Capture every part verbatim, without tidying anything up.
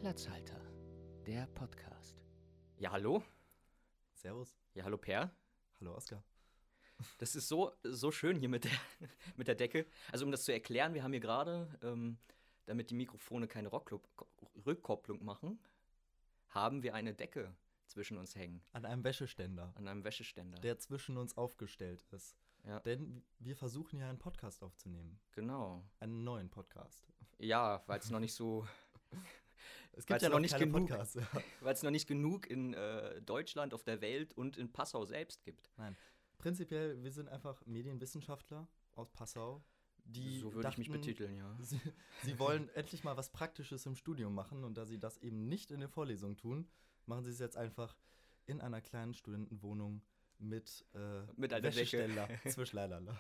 Platzhalter, der Podcast. Ja, hallo? Servus. Ja, hallo Per. Hallo Oskar. Das ist so, so schön hier mit der, mit der Decke. Also um das zu erklären, wir haben hier gerade, ähm, damit die Mikrofone keine Rocklo- Rückkopplung machen, haben wir eine Decke zwischen uns hängen. An einem Wäscheständer, An einem Wäscheständer. der zwischen uns aufgestellt ist. Ja. Denn wir versuchen ja einen Podcast aufzunehmen. Genau. Einen neuen Podcast. Ja, weil es noch nicht so... Es Weil's gibt ja noch noch nicht keine genug- Podcasts. Ja. Weil es noch nicht genug in äh, Deutschland, auf der Welt und in Passau selbst gibt. Nein, prinzipiell, wir sind einfach Medienwissenschaftler aus Passau, die so würde ich mich dachten, betiteln, ja. Sie, sie wollen endlich mal was Praktisches im Studium machen und da sie das eben nicht in den Vorlesungen tun, machen sie es jetzt einfach in einer kleinen Studentenwohnung mit, äh, Mit einer Decke. Wäscheständer zwischenlalala.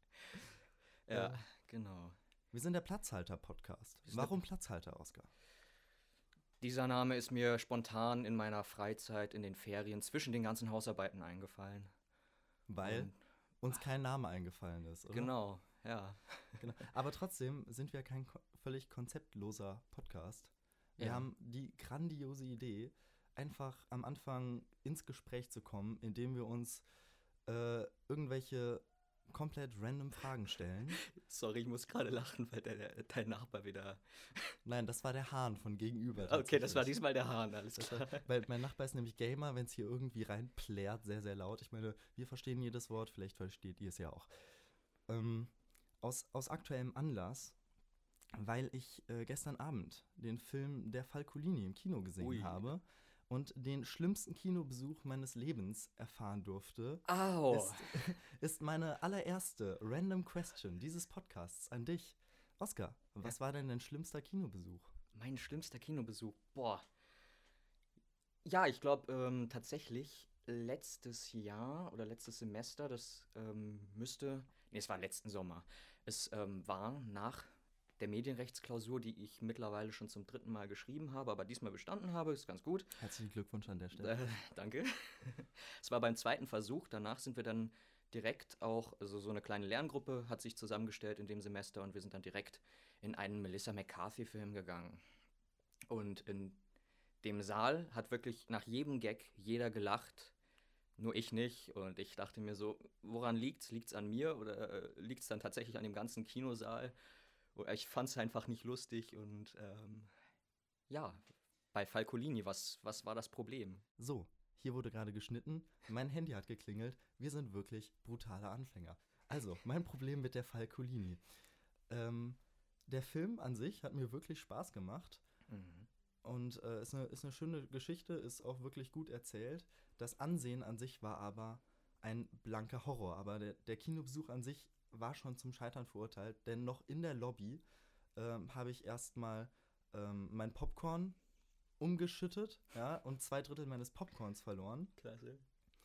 Ja, Ja. genau. Wir sind der Platzhalter-Podcast. Wir sind Warum Platzhalter, Oskar? Dieser Name ist mir spontan in meiner Freizeit, in den Ferien, zwischen den ganzen Hausarbeiten eingefallen. Weil Und- uns kein Name eingefallen ist, oder? Genau, ja. Genau. Aber trotzdem sind wir kein ko völlig konzeptloser Podcast. Wir Ja. haben die grandiose Idee, einfach am Anfang ins Gespräch zu kommen, indem wir uns äh, irgendwelche komplett random Fragen stellen. Sorry, ich muss gerade lachen, weil der, der, dein Nachbar wieder... Nein, das war der Hahn von gegenüber. Okay, das war tatsächlich. diesmal der Hahn, alles Das klar. war, weil mein Nachbar ist nämlich Gamer, wenn es hier irgendwie reinplärt, sehr, sehr laut. Ich meine, wir verstehen jedes Wort, vielleicht versteht ihr es ja auch. Ähm, aus, aus aktuellem Anlass, weil ich äh, gestern Abend den Film Der Falcolini im Kino gesehen Ui. habe und den schlimmsten Kinobesuch meines Lebens erfahren durfte, Au! ist, ist meine allererste Random Question dieses Podcasts an dich. Oskar, was war denn dein schlimmster Kinobesuch? Mein schlimmster Kinobesuch. Boah. Ja, ich glaube ähm, tatsächlich letztes Jahr oder letztes Semester, das ähm, müsste, nee, es war letzten Sommer. Es ähm, war nach der Medienrechtsklausur, die ich mittlerweile schon zum dritten Mal geschrieben habe, aber diesmal bestanden habe, ist ganz gut. Herzlichen Glückwunsch an der Stelle. Äh, danke. Es war beim zweiten Versuch, danach sind wir dann direkt auch, also so eine kleine Lerngruppe hat sich zusammengestellt in dem Semester und wir sind dann direkt in einen Melissa McCarthy-Film gegangen. Und in dem Saal hat wirklich nach jedem Gag jeder gelacht, nur ich nicht. Und ich dachte mir so, woran liegt's? Liegt's an mir oder äh, liegt's dann tatsächlich an dem ganzen Kinosaal? Oder ich fand's einfach nicht lustig und ähm, ja, bei Falcolini, was, was war das Problem? So, hier wurde gerade geschnitten, mein Handy hat geklingelt, wir sind wirklich brutale Anfänger. Also, mein Problem mit der Falcolini. Ähm, der Film an sich hat mir wirklich Spaß gemacht Mhm. und äh, ist, eine, ist eine schöne Geschichte, ist auch wirklich gut erzählt. Das Ansehen an sich war aber ein blanker Horror, aber der, der Kinobesuch an sich war schon zum Scheitern verurteilt, denn noch in der Lobby ähm, habe ich erstmal ähm, mein Popcorn umgeschüttet, ja, und zwei Drittel meines Popcorns verloren. Klasse.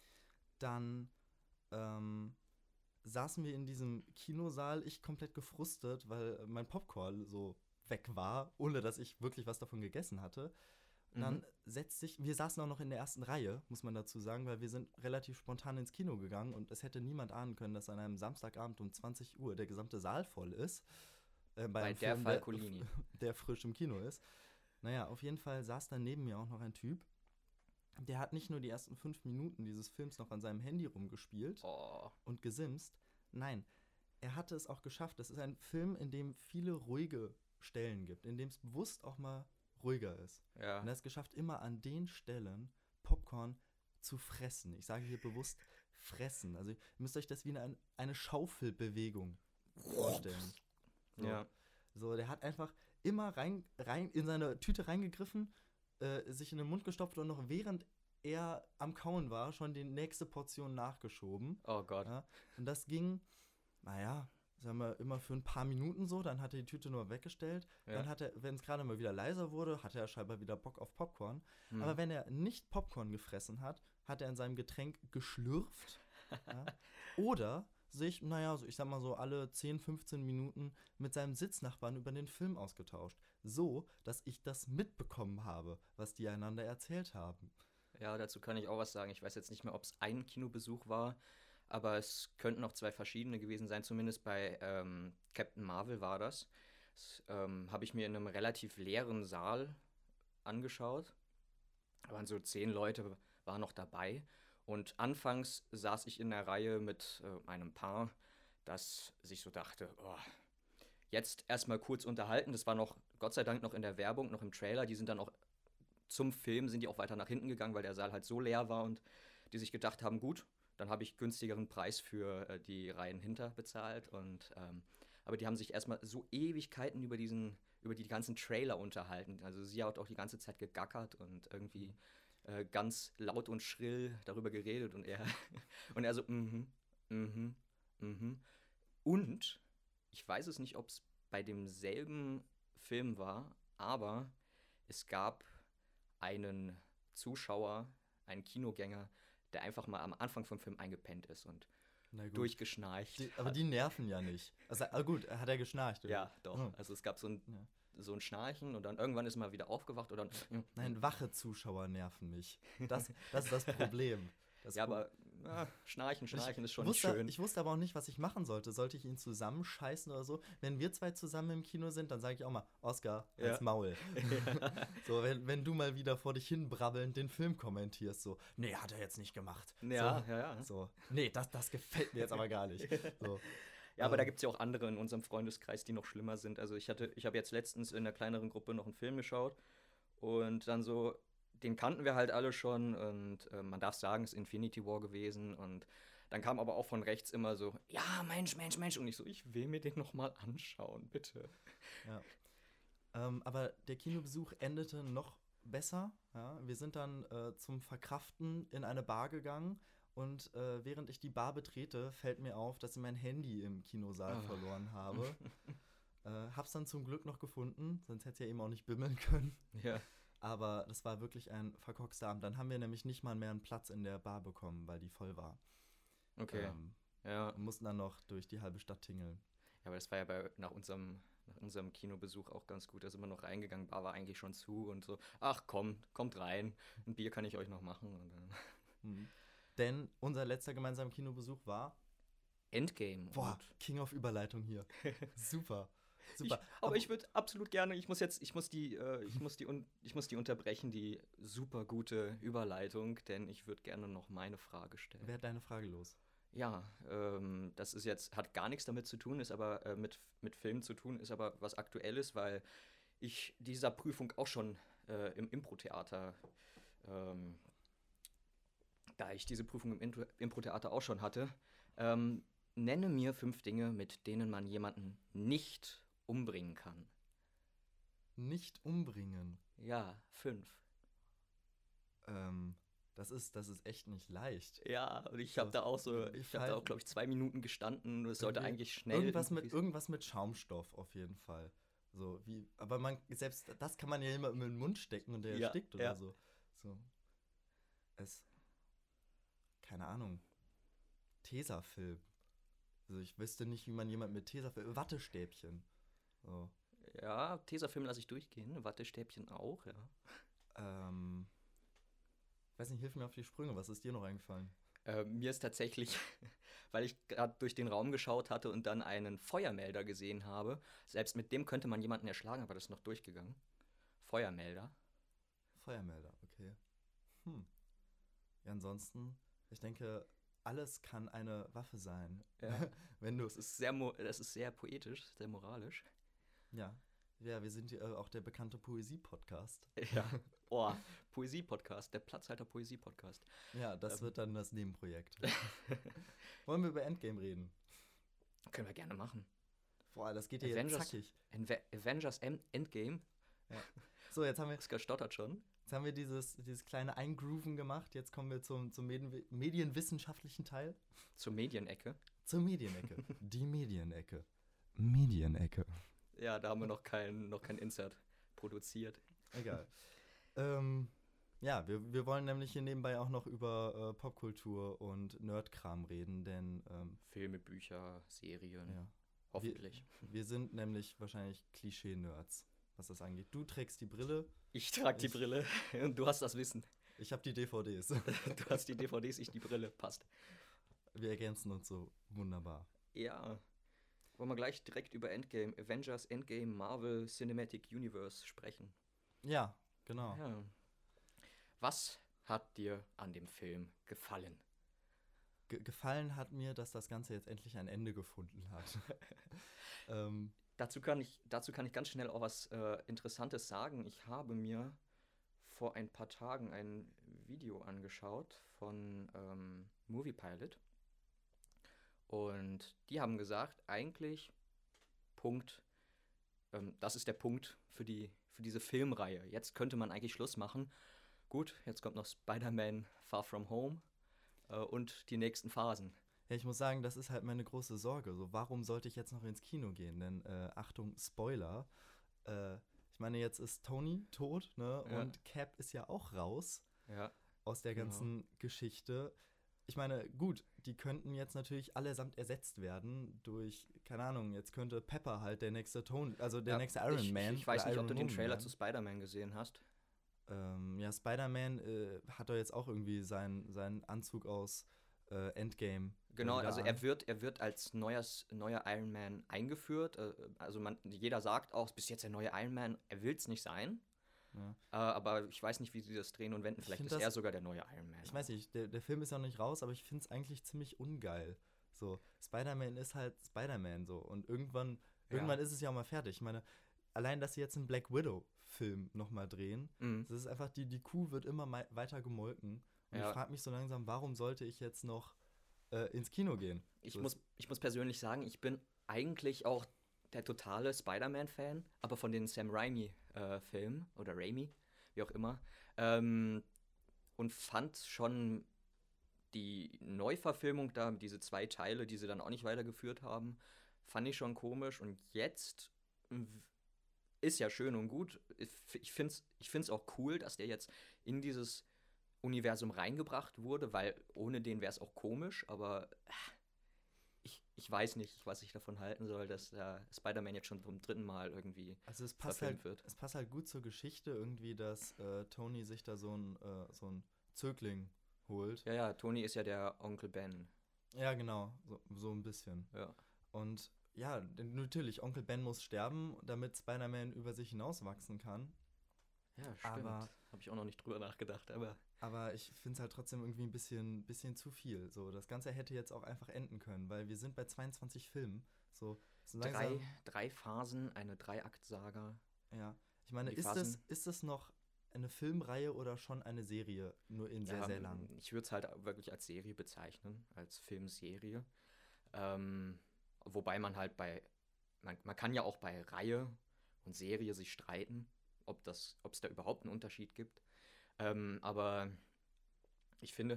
Dann ähm, saßen wir in diesem Kinosaal, ich komplett gefrustet, weil mein Popcorn so weg war, ohne dass ich wirklich was davon gegessen hatte. Und dann Mhm. setzt sich, wir saßen auch noch in der ersten Reihe, muss man dazu sagen, weil wir sind relativ spontan ins Kino gegangen und es hätte niemand ahnen können, dass an einem Samstagabend um zwanzig Uhr der gesamte Saal voll ist. Äh, bei Bei einem der Film, Falcolini. Der, der frisch im Kino ist. Naja, auf jeden Fall saß dann neben mir auch noch ein Typ, der hat nicht nur die ersten fünf Minuten dieses Films noch an seinem Handy rumgespielt Oh. und gesimst. Nein, er hatte es auch geschafft. Das ist ein Film, in dem viele ruhige Stellen gibt, in dem es bewusst auch mal ruhiger ist. Ja. Und er hat es geschafft, immer an den Stellen Popcorn zu fressen. Ich sage hier bewusst fressen. Also ihr müsst euch das wie eine, eine Schaufelbewegung vorstellen. So. Ja. So, der hat einfach immer rein, rein in seine Tüte reingegriffen, äh, sich in den Mund gestopft und noch während er am Kauen war, schon die nächste Portion nachgeschoben. Oh Gott. Ja, und das ging, naja, sagen wir, immer für ein paar Minuten so. Dann hat er die Tüte nur weggestellt. Ja. Dann hat er, wenn es gerade mal wieder leiser wurde, hatte er scheinbar wieder Bock auf Popcorn. Hm. Aber wenn er nicht Popcorn gefressen hat, hat er in seinem Getränk geschlürft. Ja, oder sich, naja, so, ich sag mal so alle zehn, fünfzehn Minuten mit seinem Sitznachbarn über den Film ausgetauscht. So, dass ich das mitbekommen habe, was die einander erzählt haben. Ja, dazu kann ich auch was sagen. Ich weiß jetzt nicht mehr, ob es ein Kinobesuch war, aber es könnten auch zwei verschiedene gewesen sein. Zumindest bei ähm, Captain Marvel war das. Das ähm, habe ich mir in einem relativ leeren Saal angeschaut. Da waren so zehn Leute, waren noch dabei. Und anfangs saß ich in der Reihe mit äh, einem Paar, das sich so dachte, oh, jetzt erstmal kurz unterhalten. Das war noch, Gott sei Dank, noch in der Werbung, noch im Trailer. Die sind dann auch zum Film, sind die auch weiter nach hinten gegangen, weil der Saal halt so leer war und die sich gedacht haben, gut, dann habe ich günstigeren Preis für äh, die Reihen hinter bezahlt. Und, ähm, aber die haben sich erstmal so Ewigkeiten über diesen, über die ganzen Trailer unterhalten. Also sie hat auch die ganze Zeit gegackert und irgendwie äh, ganz laut und schrill darüber geredet und er, und er so, mhm, mhm, mhm. Und ich weiß es nicht, ob es bei demselben Film war, aber es gab einen Zuschauer, einen Kinogänger, der einfach mal am Anfang vom Film eingepennt ist und Na gut. durchgeschnarcht Die, aber hat. die nerven ja nicht. Also, ah, gut, hat er geschnarcht? Oder? Ja, doch. Hm. Also es gab so ein, Ja. so ein Schnarchen und dann irgendwann ist er mal wieder aufgewacht und dann. Nein, wache Zuschauer nerven mich. Das, das ist das Problem. Das Ja, Pro- aber ja, Schnarchen, Schnarchen ist schon ich wusste, schön. Ich wusste aber auch nicht, was ich machen sollte. Sollte ich ihn zusammenscheißen oder so? Wenn wir zwei zusammen im Kino sind, dann sage ich auch mal, Oscar, als Ja. Maul. So, wenn, wenn du mal wieder vor dich hin brabbelnd den Film kommentierst, so, nee, hat er jetzt nicht gemacht. Ja, so, ja, ja. So, nee, das, das gefällt mir jetzt aber gar nicht. So. Ja, aber da Ähm, gibt es ja auch andere in unserem Freundeskreis, die noch schlimmer sind. Also ich hatte, ich habe jetzt letztens in einer kleineren Gruppe noch einen Film geschaut und dann so, den kannten wir halt alle schon und äh, man darf sagen, es ist Infinity War gewesen und dann kam aber auch von rechts immer so, ja, Mensch, Mensch, Mensch und ich so, ich will mir den noch mal anschauen, bitte. Ja. Ähm, aber der Kinobesuch endete noch besser. Ja? Wir sind dann äh, zum Verkraften in eine Bar gegangen und äh, während ich die Bar betrete, fällt mir auf, dass ich mein Handy im Kinosaal Ah. verloren habe. äh, hab's dann zum Glück noch gefunden, sonst hätte es ja eben auch nicht bimmeln können. Ja. Aber das war wirklich ein verkorkster Abend. Dann haben wir nämlich nicht mal mehr einen Platz in der Bar bekommen, weil die voll war. Okay. Ähm, Ja. und mussten dann noch durch die halbe Stadt tingeln. Ja, aber das war ja bei, nach unserem, nach unserem Kinobesuch auch ganz gut. Da sind wir noch reingegangen, Bar war eigentlich schon zu und so, ach komm, kommt rein, ein Bier kann ich euch noch machen. Und dann Mhm. Denn unser letzter gemeinsamer Kinobesuch war Endgame. Boah, und King of Überleitung hier. Super. Super. Ich, aber ich würde absolut gerne, ich muss jetzt, ich muss die, äh, ich muss die, un, ich muss die unterbrechen, die super gute Überleitung, denn ich würde gerne noch meine Frage stellen. Wer hat deine Frage los? Ja, ähm, das ist jetzt, hat gar nichts damit zu tun, ist aber äh, mit, mit Filmen zu tun, ist aber was Aktuelles, weil ich dieser Prüfung auch schon äh, im Impro-Theater, ähm, da ich diese Prüfung im Intro- Impro-Theater auch schon hatte, ähm, nenne mir fünf Dinge, mit denen man jemanden nicht umbringen kann. Nicht umbringen. Ja, fünf. Ähm, das ist, das ist echt nicht leicht. Ja, und ich habe Das- da auch so, ich ich habe da fall- auch, glaube ich, zwei Minuten gestanden und es sollte Irgendwie eigentlich schnell. Irgendwas mit, irgendwie- irgendwas mit Schaumstoff auf jeden Fall. So, wie, aber man, selbst das kann man ja immer in den Mund stecken und der Ja, erstickt oder ja. so. So. Es. Keine Ahnung. Tesafilm. Also ich wüsste nicht, wie man jemand mit Tesafilm. Wattestäbchen. So. Ja, Tesafilm lasse ich durchgehen, Wattestäbchen auch, ja. Ähm. Weiß nicht, hilf mir auf die Sprünge. Was ist dir noch eingefallen? Äh, mir ist tatsächlich, weil ich gerade durch den Raum geschaut hatte und dann einen Feuermelder gesehen habe, selbst mit dem könnte man jemanden erschlagen, aber das ist noch durchgegangen. Feuermelder. Feuermelder, okay. Hm. Ja, ansonsten, ich denke, alles kann eine Waffe sein. Ja. Wenn du. Das ist sehr, mo- das ist sehr poetisch, sehr moralisch. Ja. Ja, wir sind äh, auch der bekannte Poesie-Podcast. Ja. Oh, Poesie-Podcast, der Platzhalter Poesie-Podcast. Ja, das Ähm. wird dann das Nebenprojekt. Wollen wir über Endgame reden? Können wir gerne machen. Boah, das geht ja jetzt Avengers, zackig. Enve- Avengers End- Endgame. So, jetzt haben wir, Oskar stottert schon. jetzt haben wir dieses, dieses kleine Eingrooven gemacht. Jetzt kommen wir zum, zum Medien medienwissenschaftlichen Teil. Zur Medienecke. Zur Medienecke. Die Medienecke. Medienecke. Ja, da haben wir noch kein, noch kein Insert produziert. Egal. ähm, ja, wir, wir wollen nämlich hier nebenbei auch noch über äh, Popkultur und Nerdkram reden, denn ähm, Filme, Bücher, Serien. ja, Hoffentlich. wir sind nämlich wahrscheinlich Klischee-Nerds, was das angeht. Du trägst die Brille, Ich trage die Ich- Brille und du hast das Wissen. ich habe die D V Ds. Du hast die D V Ds, ich die Brille. Passt. Wir ergänzen uns so wunderbar. Ja. Wollen wir gleich direkt über Endgame, Avengers Endgame, Marvel Cinematic Universe sprechen? Ja, Genau. Ja. Was hat dir an dem Film gefallen? Ge gefallen hat mir, dass das Ganze jetzt endlich ein Ende gefunden hat. ähm, Dazu kann ich, dazu kann ich ganz schnell auch was äh, Interessantes sagen. Ich habe mir vor ein paar Tagen ein Video angeschaut von ähm, Movie Pilot und die haben gesagt, eigentlich Punkt, ähm, das ist der Punkt für die für diese Filmreihe. Jetzt könnte man eigentlich Schluss machen. Gut, jetzt kommt noch Spider-Man Far From Home äh, und die nächsten Phasen. ja, ich muss sagen, das ist halt meine große Sorge. So, warum sollte ich jetzt noch ins Kino gehen? Denn, äh, Achtung, Spoiler. Äh, ich meine, jetzt ist Tony tot, ne? Ja. Und Cap ist ja auch raus Ja, aus der genau. ganzen Geschichte. Ich meine, gut, die könnten jetzt natürlich allesamt ersetzt werden durch, keine Ahnung, jetzt könnte Pepper halt der nächste Tony, also der Ja, nächste Iron ich, Man. Ich, ich weiß oder nicht, ob Iron du den Woman Trailer werden. zu Spider-Man gesehen hast. Ähm, ja, Spider-Man äh, hat doch jetzt auch irgendwie seinen seinen Anzug aus äh, Endgame. äh, Genau, wieder also an. er wird, er wird als neues, neuer Iron Man eingeführt. äh, Also man, jeder sagt auch, bis jetzt der neue Iron Man, er will es nicht sein. Ja. Äh, Aber ich weiß nicht, wie sie das drehen und wenden. Ich Vielleicht find ist das- er sogar der neue Iron Man. Ich weiß nicht, der, der Film ist ja noch nicht raus, aber ich finde es eigentlich ziemlich ungeil. So, Spider-Man ist halt Spider-Man so. Und irgendwann, Ja. irgendwann ist es ja auch mal fertig. Ich meine, allein, dass sie jetzt einen Black Widow-Film nochmal drehen, Mhm. das ist einfach, die, die Kuh wird immer mei- weiter gemolken. Und Ja. ich frage mich so langsam, warum sollte ich jetzt noch äh, ins Kino gehen? Ich So, muss, ich muss persönlich sagen, ich bin eigentlich auch der totale Spider-Man-Fan, aber von den Sam Raimi-Filmen oder Raimi, wie auch immer, ähm, und fand schon die Neuverfilmung da, diese zwei Teile, die sie dann auch nicht weitergeführt haben, fand ich schon komisch. Und jetzt w- ist ja schön und gut. Ich f- ich finde es ich find's auch cool, dass der jetzt in dieses Universum reingebracht wurde, weil ohne den wäre es auch komisch, aber äh, ich, ich weiß nicht, was ich davon halten soll, dass äh, Spider-Man jetzt schon zum dritten Mal irgendwie Also es passt verfilmt halt, wird. es passt halt gut zur Geschichte irgendwie, dass äh, Tony sich da so ein äh, so ein Zögling holt. Ja, ja, Tony ist ja der Onkel Ben. Ja, genau, so, so ein bisschen. Ja. Und ja, denn natürlich, Onkel Ben muss sterben, damit Spider-Man über sich hinauswachsen kann. Ja, stimmt. Aber- Habe ich auch noch nicht drüber nachgedacht, aber Aber ich finde es halt trotzdem irgendwie ein bisschen, bisschen zu viel. So, das Ganze hätte jetzt auch einfach enden können, weil wir sind bei zweiundzwanzig Filmen. So, so drei, langsam, drei Phasen, eine Dreiakt-Saga. ja. Ich meine, Die ist das, Phasen- ist das noch eine Filmreihe oder schon eine Serie, nur in sehr, Ja, sehr lang? Ich würde es halt wirklich als Serie bezeichnen, als Filmserie. Ähm, wobei man halt bei, man, man kann ja auch bei Reihe und Serie sich streiten, ob das, ob es da überhaupt einen Unterschied gibt. Ähm, aber ich finde,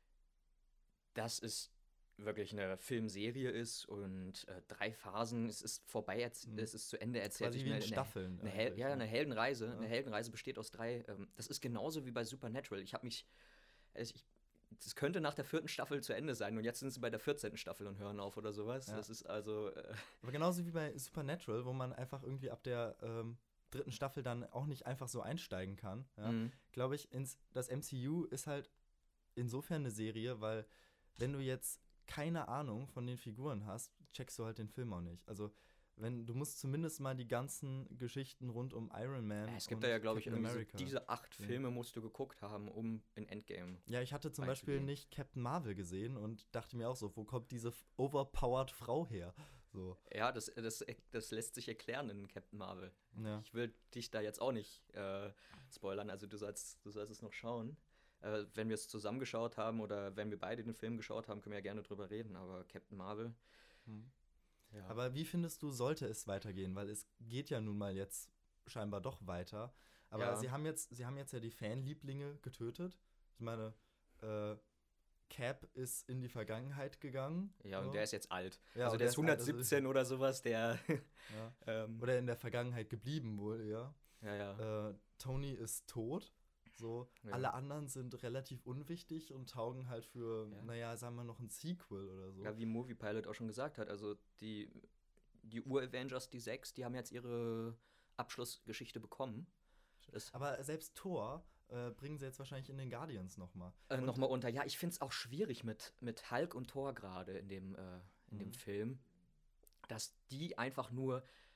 dass es wirklich eine Filmserie ist und äh, drei Phasen, es ist vorbei, erz- Mhm. es ist zu Ende erzählt. Quasi sich wie in eine- eine- Staffeln. Eine Hel eigentlich, ja, ne? eine Heldenreise. Ja. Eine Heldenreise besteht aus drei. Ähm, das ist genauso wie bei Supernatural. Ich habe mich. Also ich, das könnte nach der vierten Staffel zu Ende sein und jetzt sind sie bei der vierzehnten Staffel und hören auf oder sowas. Ja. Das ist also. Äh, Aber genauso wie bei Supernatural, wo man einfach irgendwie ab der ähm, dritten Staffel dann auch nicht einfach so einsteigen kann. Ja? mhm. Glaube ich, ins, das M C U ist halt insofern eine Serie, weil wenn du jetzt keine Ahnung von den Figuren hast, checkst du halt den Film auch nicht. Also wenn du musst zumindest mal die ganzen Geschichten rund um Iron Man. Ja, es gibt und da ja, glaube ich, Captain irgendwie so, America. diese acht sehen. Filme musst du geguckt haben, um in Endgame. Ja, ich hatte zum Beispiel reinzugehen. nicht Captain Marvel gesehen und dachte mir auch so, wo kommt diese f- overpowered Frau her? So, Ja, das, das, das lässt sich erklären in Captain Marvel. ja. Ich will dich da jetzt auch nicht äh, spoilern, also du sollst, du sollst es noch schauen. Äh, wenn wir es zusammengeschaut haben oder wenn wir beide den Film geschaut haben, können wir ja gerne drüber reden, aber Captain Marvel. Hm. Ja. Aber wie findest du, sollte es weitergehen? Weil es geht ja nun mal jetzt scheinbar doch weiter. Aber Ja. sie haben jetzt, sie haben jetzt ja die Fanlieblinge getötet. Ich meine, äh, Cap ist in die Vergangenheit gegangen. ja, und so. der ist jetzt alt. Ja, also und der ist alt, also- hundertsiebzehn oder sowas, der. Ja. ähm, Oder in der Vergangenheit geblieben wohl, ja. ja, ja. Äh, Tony ist tot. So, Ja. alle anderen sind relativ unwichtig und taugen halt für, Ja. naja, sagen wir noch ein Sequel oder so. Ja, wie Movie Pilot auch schon gesagt hat, also die, die Ur-Avengers, die sechs, die haben jetzt ihre Abschlussgeschichte bekommen. Das, Aber selbst Thor äh, bringen sie jetzt wahrscheinlich in den Guardians nochmal. äh, nochmal unter. Ja, ich finde es auch schwierig mit, mit Hulk und Thor gerade in dem, äh, in dem Mhm. Film, dass die einfach nur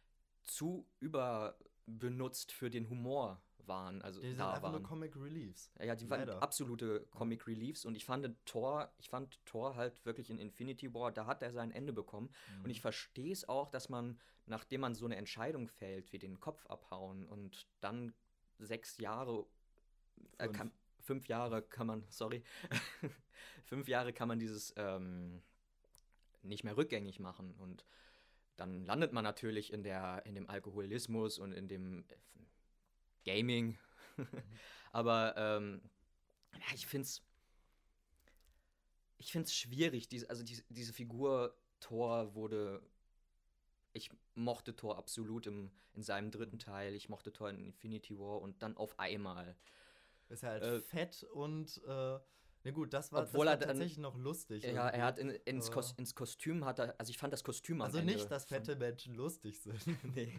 zu überbenutzt für den Humor waren. Also Die sind da einfach waren. nur Comic Reliefs. Ja, die waren Leider. absolute Comic Reliefs und ich fand Thor, ich fand Thor halt wirklich in Infinity War, da hat er sein Ende bekommen. Mhm. Und ich verstehe es auch, dass man, nachdem man so eine Entscheidung fällt, wie den Kopf abhauen und dann sechs Jahre, äh, Fünf. kann, fünf Jahre kann man, sorry, fünf Jahre kann man dieses ähm, nicht mehr rückgängig machen und dann landet man natürlich in der, in dem Alkoholismus und in dem äh, Gaming. Aber ähm, ja, ich finde es ich find's schwierig. Diese, also diese, diese Figur Thor wurde. Ich mochte Thor absolut im, in seinem dritten Teil. Ich mochte Thor in Infinity War und dann auf einmal. Ist halt Äh, fett und, äh, na gut, das war, das Obwohl war er dann- tatsächlich noch lustig. Ja, irgendwie. er hat in, ins, Aber- Kos, ins Kostüm hat er. Also ich fand das Kostüm am Also Ende. nicht, dass von- fette Menschen lustig sind. Nee.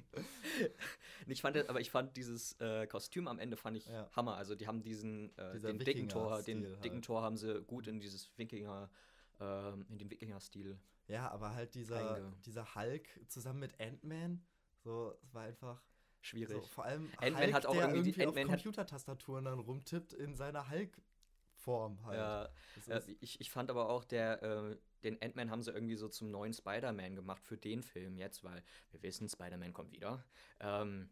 Ich fand, aber ich fand dieses äh, Kostüm am Ende fand ich Ja. Hammer. Also die haben diesen äh, Dieser den dicken Tor, den Wikinger-Stil dicken halt. Tor haben sie gut in dieses Wikinger, ähm, in den Wikinger-Stil. Ja, aber halt dieser, Einge- dieser Hulk zusammen mit Ant-Man, so, es war einfach Schwierig. so, vor allem Ant-Man Hulk, hat auch der irgendwie die- irgendwie auf Ant-Man hat- Computertastaturen dann rumtippt in seiner Hulk-Form halt. Ja, Das äh, ist, ich, ich fand aber auch, der, äh, den Ant-Man haben sie irgendwie so zum neuen Spider-Man gemacht für den Film jetzt, weil wir wissen, Spider-Man kommt wieder. Ähm,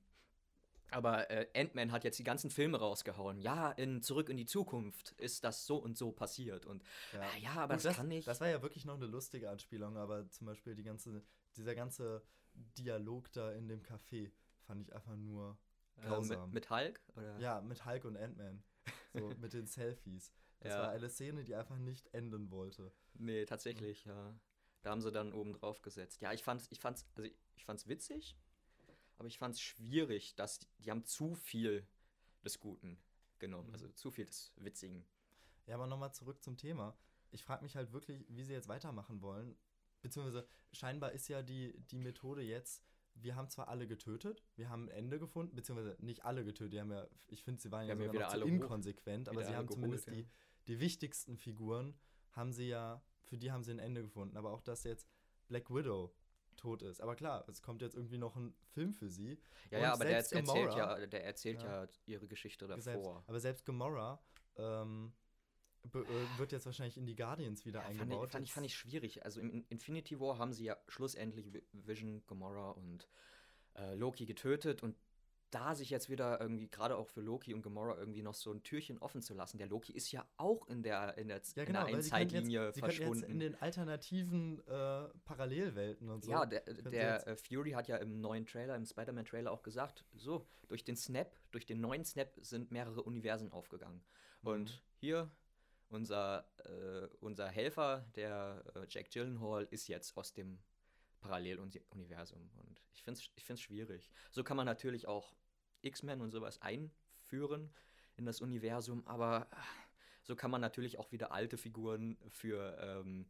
aber äh, Ant-Man hat jetzt die ganzen Filme rausgehauen. Ja, in Zurück in die Zukunft ist das so und so passiert. Und ja. ah, ja, aber Gut, das, kann nicht. Das war ja wirklich noch eine lustige Anspielung, aber zum Beispiel die ganze, dieser ganze Dialog da in dem Café fand ich einfach nur äh, grausam. mit, mit Hulk? Oder? Ja, mit Hulk und Ant-Man. So, mit den Selfies. Das Ja. war eine Szene, die einfach nicht enden wollte. Nee, tatsächlich, ja. Da haben sie dann oben drauf gesetzt. Ja, ich fand's, ich fand's, also ich, ich fand's witzig, aber ich fand's schwierig, dass die, die haben zu viel des Guten genommen, Mhm. also zu viel des Witzigen. Ja, aber nochmal zurück zum Thema. Ich frage mich halt wirklich, wie sie jetzt weitermachen wollen. Beziehungsweise scheinbar ist ja die, die Methode jetzt, wir haben zwar alle getötet, wir haben ein Ende gefunden, beziehungsweise nicht alle getötet, die haben ja, ich finde, sie waren Die ja haben ja sogar wieder noch zu alle hoch- inkonsequent, aber wieder sie alle haben geholt, zumindest ja. die, die wichtigsten Figuren, haben sie ja, für die haben sie ein Ende gefunden. Aber auch, dass jetzt Black Widow tot ist. Aber klar, es kommt jetzt irgendwie noch ein Film für sie. Ja, Und ja, aber der selbst jetzt erzählt Gamora- ja, der erzählt Ja. ja, ihre Geschichte Selbst, davor. aber selbst Gamora ähm, be- äh, wird jetzt wahrscheinlich in die Guardians wieder Ja, fand, eingebaut. ich, fand, ich, Jetzt- fand ich schwierig. Also im Infinity War haben sie ja schlussendlich Vi- Vision, Gamora und äh, Loki getötet und da sich jetzt wieder irgendwie, gerade auch für Loki und Gamora, irgendwie noch so ein Türchen offen zu lassen. Der Loki ist ja auch in der, in der, Ja, in genau, der weil sie können Endzeitlinie jetzt, sie können jetzt verschwunden. in den alternativen äh, Parallelwelten und so. Ja, der, können sie der jetzt- äh, Fury hat ja im neuen Trailer, im Spider-Man-Trailer auch gesagt, so, durch den Snap, durch den neuen Snap sind mehrere Universen aufgegangen. Mhm. Und hier, unser, äh, unser Helfer, der äh, Jack Gyllenhaal, ist jetzt aus dem Paralleluniversum. Und ich finde es ich find's schwierig. So kann man natürlich auch X-Men und sowas einführen in das Universum, aber äh, so kann man natürlich auch wieder alte Figuren für, ähm,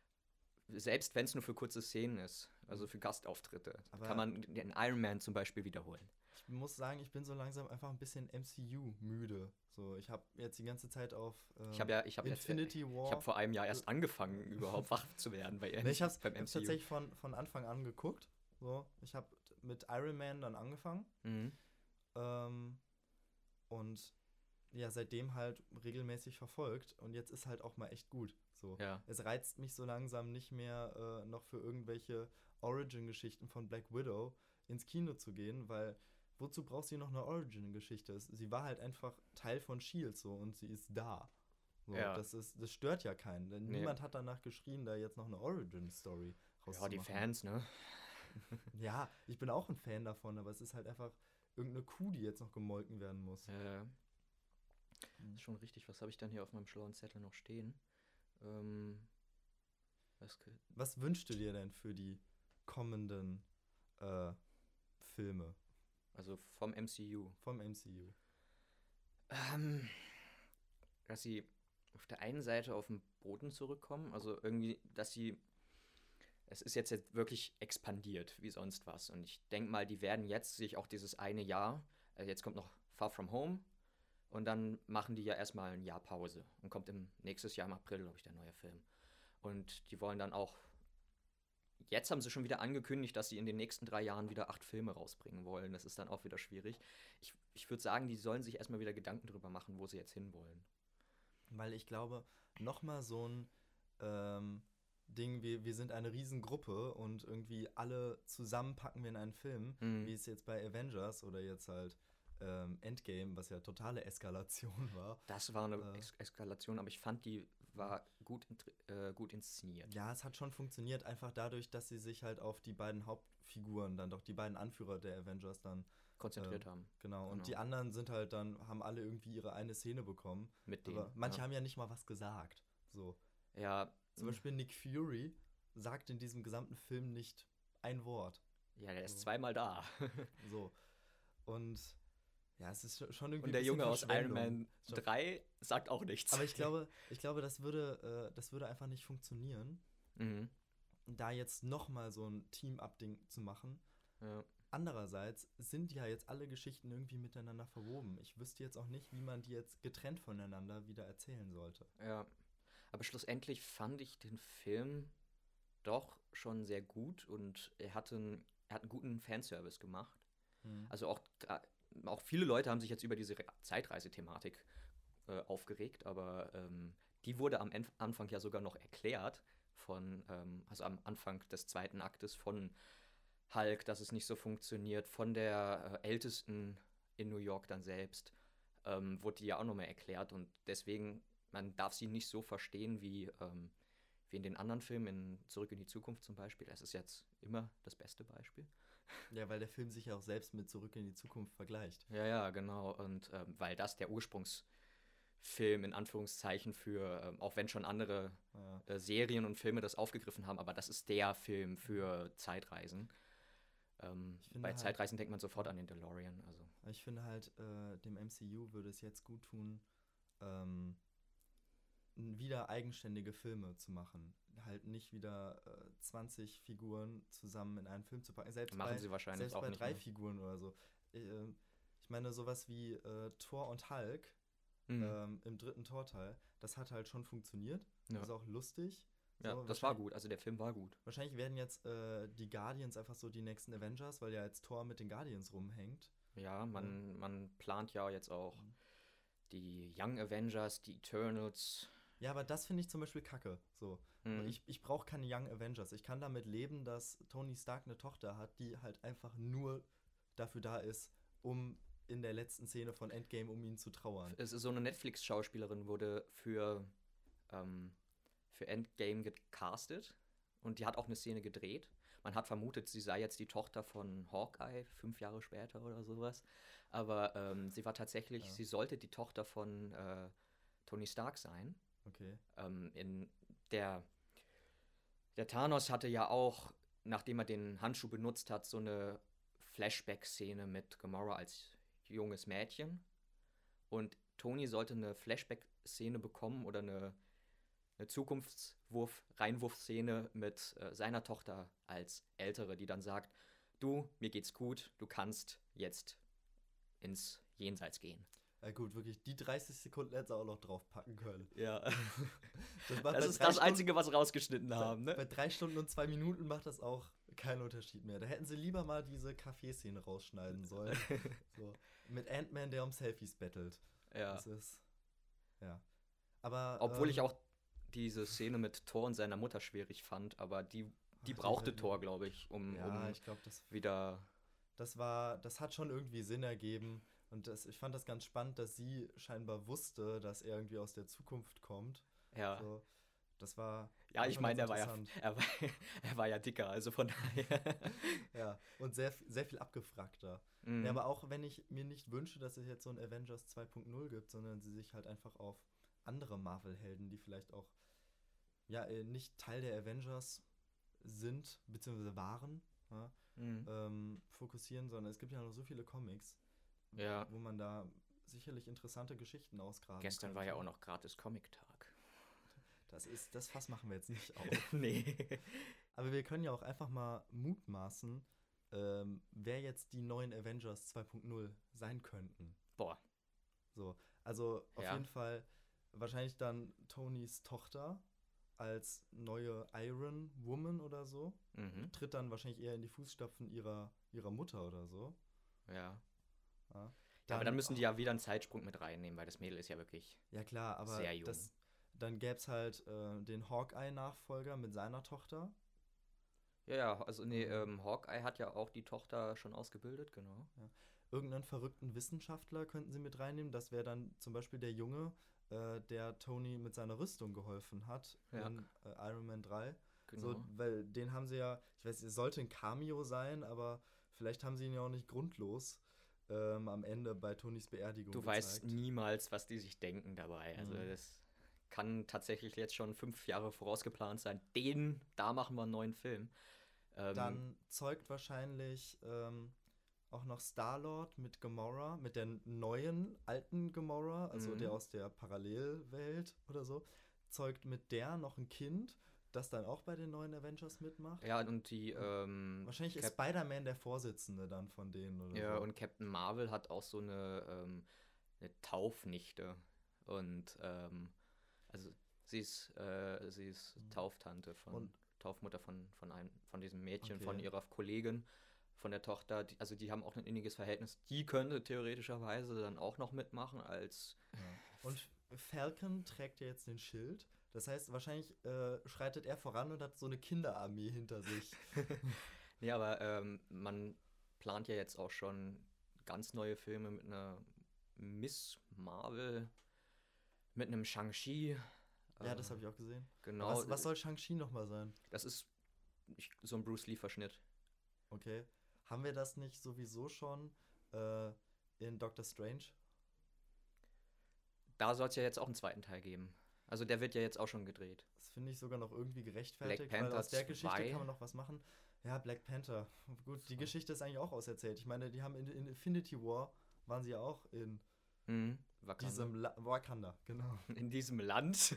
selbst wenn es nur für kurze Szenen ist, also für Gastauftritte, Aber- kann man den Iron Man zum Beispiel wiederholen. Ich muss sagen, ich bin so langsam einfach ein bisschen M C U-müde. So, ich habe jetzt die ganze Zeit auf ähm, Ich habe ja, ich habe jetzt, Infinity War. ich habe vor einem Jahr erst angefangen, überhaupt wach zu werden bei Nee, ich habe beim es M C U. tatsächlich von, von Anfang an geguckt. So, ich habe mit Iron Man dann angefangen. Mhm. Ähm, und ja, seitdem halt regelmäßig verfolgt. Und jetzt ist halt auch mal echt gut. So. Ja. Es reizt mich so langsam nicht mehr, äh, noch für irgendwelche Origin-Geschichten von Black Widow ins Kino zu gehen, weil wozu braucht sie noch eine Origin-Geschichte? Es- Sie war halt einfach Teil von S H I E L D so und sie ist da. So, Ja. das, ist, das stört ja keinen, denn Nee. niemand hat danach geschrien, da jetzt noch eine Origin-Story Ja, rauszumachen. die Fans, ne? Ja, ich bin auch ein Fan davon, aber es ist halt einfach irgendeine Kuh, die jetzt noch gemolken werden muss. Äh, Mhm. ist schon richtig. Was habe ich dann hier auf meinem schlauen Zettel noch stehen? Ähm, was, kö- Was wünschst du dir denn für die kommenden äh, Filme also vom M C U. vom M C U? Ähm, dass sie auf der einen Seite auf den Boden zurückkommen, also irgendwie, dass sie, es ist jetzt, jetzt wirklich expandiert wie sonst was und ich denke mal, die werden jetzt sich auch dieses eine Jahr, also jetzt kommt noch Far From Home und dann machen die ja erstmal ein Jahr Pause und kommt im nächstes Jahr im April, glaube ich, der neue Film und die wollen dann auch jetzt haben sie schon wieder angekündigt, dass sie in den nächsten drei Jahren wieder acht Filme rausbringen wollen. Das ist dann auch wieder schwierig. Ich, ich würde sagen, die sollen sich erstmal wieder Gedanken drüber machen, wo sie jetzt hinwollen. Weil ich glaube, nochmal so ein ähm, Ding, wir, wir sind eine Riesengruppe und irgendwie alle zusammen packen wir in einen Film, Mhm. wie es jetzt bei Avengers oder jetzt halt ähm, Endgame, was ja totale Eskalation war. Das war eine Äh. Es Eskalation, aber ich fand, die war gut, äh, gut inszeniert. Ja, es hat schon funktioniert, einfach dadurch, dass sie sich halt auf die beiden Hauptfiguren, dann doch die beiden Anführer der Avengers dann Konzentriert ähm, haben. Genau, und Genau. die anderen sind halt dann, haben alle irgendwie ihre eine Szene bekommen. Mit denen. Aber manche ja. haben ja nicht mal was gesagt. So. Ja, Zum Beispiel Nick Fury sagt in diesem gesamten Film nicht ein Wort. ja, der ist So. zweimal da. So. Und ja, es ist schon irgendwie Und der ein bisschen Junge aus Iron Verschwendung. Man Schon- drei sagt auch nichts. Aber ich glaube, ich glaube, das würde, äh, das würde einfach nicht funktionieren, Mhm. da jetzt nochmal so ein Team-Up-Ding zu machen. Ja. Andererseits sind ja jetzt alle Geschichten irgendwie miteinander verwoben. Ich wüsste jetzt auch nicht, wie man die jetzt getrennt voneinander wieder erzählen sollte. ja. Aber schlussendlich fand ich den Film doch schon sehr gut und er hatte einen, er hat einen guten Fanservice gemacht. Hm. Also auch, gra- auch viele Leute haben sich jetzt über diese Re- Zeitreisethematik äh, aufgeregt, aber ähm, die wurde am Enf- Anfang ja sogar noch erklärt von, ähm, also am Anfang des zweiten Aktes von Hulk, dass es nicht so funktioniert, von der äh, Ältesten in New York dann selbst, ähm, wurde die ja auch nochmal erklärt und deswegen, man darf sie nicht so verstehen wie, ähm, wie in den anderen Filmen, in Zurück in die Zukunft zum Beispiel. Das ist jetzt immer das beste Beispiel. Ja, weil der Film sich ja auch selbst mit Zurück in die Zukunft vergleicht. Ja, ja, genau. Und ähm, weil das der Ursprungsfilm in Anführungszeichen für, ähm, auch wenn schon andere Ja. äh, Serien und Filme das aufgegriffen haben, aber das ist der Film für Zeitreisen. Ähm, Ich finde bei halt- Zeitreisen denkt man sofort an den DeLorean. Also. Ich finde halt, äh, dem M C U würde es jetzt gut tun, ähm, n- wieder eigenständige Filme zu machen. Halt nicht wieder äh, zwanzig Figuren zusammen in einen Film zu packen. Selbst Machen bei, sie wahrscheinlich selbst auch bei nicht drei mehr. Figuren oder so. Äh, ich meine, sowas wie äh, Thor und Hulk Mhm. ähm, im dritten Torteil, das hat halt schon funktioniert. Ja. Das ist auch lustig. Ja, So, das war wahrscheinlich- gut. Also der Film war gut. Wahrscheinlich werden jetzt äh, die Guardians einfach so die nächsten Avengers, weil ja jetzt Thor mit den Guardians rumhängt. Ja, man, man plant ja jetzt auch Mhm. die Young Avengers, die Eternals. Ja, aber das finde ich zum Beispiel kacke. So. Mhm. Ich, ich brauche keine Young Avengers. Ich kann damit leben, dass Tony Stark eine Tochter hat, die halt einfach nur dafür da ist, um in der letzten Szene von Endgame um ihn zu trauern. Es ist so eine Netflix-Schauspielerin, wurde für, ähm, für Endgame gecastet und die hat auch eine Szene gedreht. Man hat vermutet, sie sei jetzt die Tochter von Hawkeye, fünf Jahre später oder sowas. Aber ähm, sie war tatsächlich, Ja. sie sollte die Tochter von äh, Tony Stark sein. Okay. Ähm, in der, der Thanos hatte ja auch, nachdem er den Handschuh benutzt hat, so eine Flashback-Szene mit Gamora als junges Mädchen. Und Tony sollte eine Flashback-Szene bekommen oder eine, eine Zukunftswurf-Reinwurf-Szene mit äh, seiner Tochter als Ältere, die dann sagt, du, mir geht's gut, du kannst jetzt ins Jenseits gehen. Ja gut, wirklich, die dreißig Sekunden hätte sie auch noch draufpacken können. Ja. Das, macht Das bei ist drei das Stunden- Einzige, was sie rausgeschnitten haben, Bei ne? drei Stunden und zwei Minuten macht das auch keinen Unterschied mehr. Da hätten sie lieber mal diese Kaffeeszene rausschneiden sollen. So. Mit Ant-Man, der um Selfies bettelt. Ja. Das ist. Ja. Aber. Obwohl ähm, ich auch diese Szene mit Thor und seiner Mutter schwierig fand, aber die, die ach, brauchte diese- Thor, glaube ich, um, Ja, um ich glaube, das, wieder. das war. Das hat schon irgendwie Sinn ergeben. Und das, ich fand das ganz spannend, dass sie scheinbar wusste, dass er irgendwie aus der Zukunft kommt. Ja, So. Das war. ja war ich schon meine, er ganz war ja, interessant. er, war, er war ja dicker, also von daher. Ja, und sehr, sehr viel abgefragter. Mhm. Ja, aber auch wenn ich mir nicht wünsche, dass es jetzt so ein Avengers zwei Punkt null gibt, sondern sie sich halt einfach auf andere Marvel-Helden, die vielleicht auch ja äh, nicht Teil der Avengers sind, beziehungsweise waren, ja, Mhm. ähm, fokussieren, sondern es gibt ja noch so viele Comics, Ja. wo man da sicherlich interessante Geschichten ausgraben Gestern war ja auch könnte. noch gratis Comic-Tag. Das ist, das Fass machen wir jetzt nicht auf. Nee. Aber wir können ja auch einfach mal mutmaßen, ähm, wer jetzt die neuen Avengers zwei Punkt null sein könnten. Boah. So, also auf Ja. jeden Fall wahrscheinlich dann Tonys Tochter als neue Iron Woman oder so. Mhm. Tritt dann wahrscheinlich eher in die Fußstapfen ihrer, ihrer Mutter oder so. Ja. Ja. Ja, aber dann müssen die ja wieder einen Zeitsprung mit reinnehmen, weil das Mädel ist ja wirklich Ja klar, aber sehr jung. das, dann gäbe es halt äh, den Hawkeye-Nachfolger mit seiner Tochter. Ja, ja, also nee, Mhm. ähm, Hawkeye hat ja auch die Tochter schon ausgebildet, genau. Ja. Irgendeinen verrückten Wissenschaftler könnten sie mit reinnehmen. Das wäre dann zum Beispiel der Junge, äh, der Tony mit seiner Rüstung geholfen hat Ja. in äh, Iron Man drei. Genau. So, weil den haben sie ja, ich weiß, es sollte ein Cameo sein, aber vielleicht haben sie ihn ja auch nicht grundlos ähm, am Ende bei Tonys Beerdigung Du gezeigt. weißt niemals, was die sich denken dabei. Also Mhm. das kann tatsächlich jetzt schon fünf Jahre vorausgeplant sein. Den, da machen wir einen neuen Film. Ähm, Dann zeugt wahrscheinlich ähm, auch noch Star-Lord mit Gamora, mit der neuen, alten Gamora, also Mhm. der aus der Parallelwelt oder so, zeugt mit der noch ein Kind, das dann auch bei den neuen Avengers mitmacht. ja, und die Und ähm, Wahrscheinlich ist Cap Spider-Man der Vorsitzende dann von denen oder ja, so. und Captain Marvel hat auch so eine, ähm, eine Taufnichte. Und ähm, also sie ist, äh, sie ist Mhm. Tauftante von Und Taufmutter von, von einem, von diesem Mädchen, Okay. von ihrer Kollegin, von der Tochter. Die, also die haben auch ein inniges Verhältnis. Die könnte theoretischerweise dann auch noch mitmachen als. Ja. Und Falcon trägt ja jetzt den Schild. Das heißt, wahrscheinlich äh, schreitet er voran und hat so eine Kinderarmee hinter sich. Nee, aber ähm, man plant ja jetzt auch schon ganz neue Filme mit einer Miss Marvel, mit einem Shang-Chi. Ja, Äh, das habe ich auch gesehen. genau. Was, was soll Shang-Chi nochmal sein? Das ist ich, so ein Bruce Lee-Verschnitt. Okay. Haben wir das nicht sowieso schon äh, in Doctor Strange? Da soll es ja jetzt auch einen zweiten Teil geben. Also der wird ja jetzt auch schon gedreht. Das finde ich sogar noch irgendwie gerechtfertigt, Black weil Panther aus der Geschichte zwei. kann man noch was machen. Ja, Black Panther. Gut, die So. Geschichte ist eigentlich auch auserzählt. Ich meine, die haben in, in Infinity War, waren sie ja auch in Mhm. Wakanda. diesem La Wakanda, genau. In diesem Land.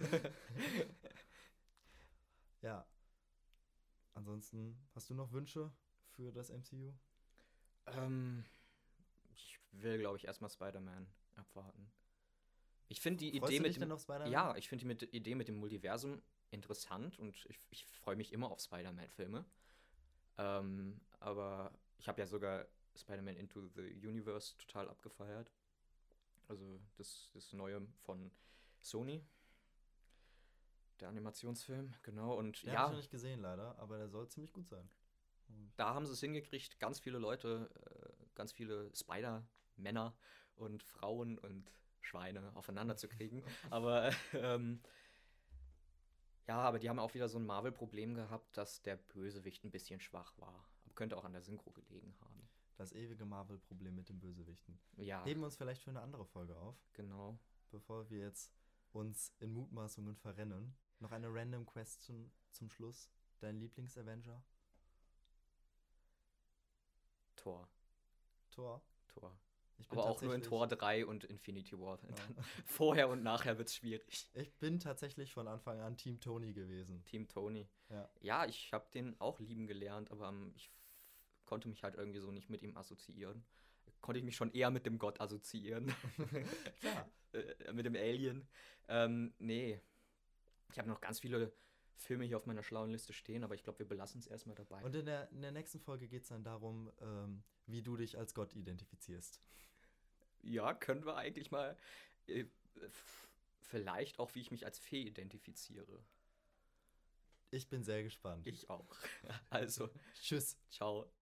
Ja. Ansonsten, hast du noch Wünsche für das M C U? ähm, ich will, glaube ich, erstmal Spider-Man abwarten. Ich finde die Freust Idee du mit dich dem. denn auf Spider-Man? Ja, ich finde die mit, Idee mit dem Multiversum interessant und ich, ich freue mich immer auf Spider-Man-Filme. Ähm, aber ich habe ja sogar Spider-Man Into the Universe total abgefeiert. Also das, das Neue von Sony. Der Animationsfilm, genau. Und Den ja, habe ich noch nicht gesehen, leider, aber der soll ziemlich gut sein. da haben sie es hingekriegt, ganz viele Leute, äh, ganz viele Spider-Männer und Frauen und Schweine aufeinander zu kriegen. aber ähm, ja, aber die haben auch wieder so ein Marvel-Problem gehabt, dass der Bösewicht ein bisschen schwach war. Aber könnte auch an der Synchro gelegen haben. Das ewige Marvel-Problem mit den Bösewichten. Ja, Heben wir uns vielleicht für eine andere Folge auf, genau. bevor wir jetzt uns in Mutmaßungen verrennen. Noch eine random Question zum Schluss. Dein Lieblings-Avenger? Thor. Thor? Tor. Ich bin Aber auch nur in tatsächlich- Tor drei und Infinity War. Ja. Dann vorher und nachher wird es schwierig. Ich bin tatsächlich von Anfang an Team Tony gewesen. Team Tony. Ja. Ja, ich habe den auch lieben gelernt, aber ähm, ich f- konnte mich halt irgendwie so nicht mit ihm assoziieren. Konnte ich mich schon eher mit dem Gott assoziieren. Klar. äh, mit dem Alien. Ähm, nee. Ich habe noch ganz viele Filme hier auf meiner schlauen Liste stehen, aber ich glaube, wir belassen es erstmal dabei. Und in der, in der nächsten Folge geht es dann darum, ähm, wie du dich als Gott identifizierst. Ja, können wir eigentlich mal. Äh, f- vielleicht auch, wie ich mich als Fee identifiziere. Ich bin sehr gespannt. Ich auch. Also, Tschüss. ciao.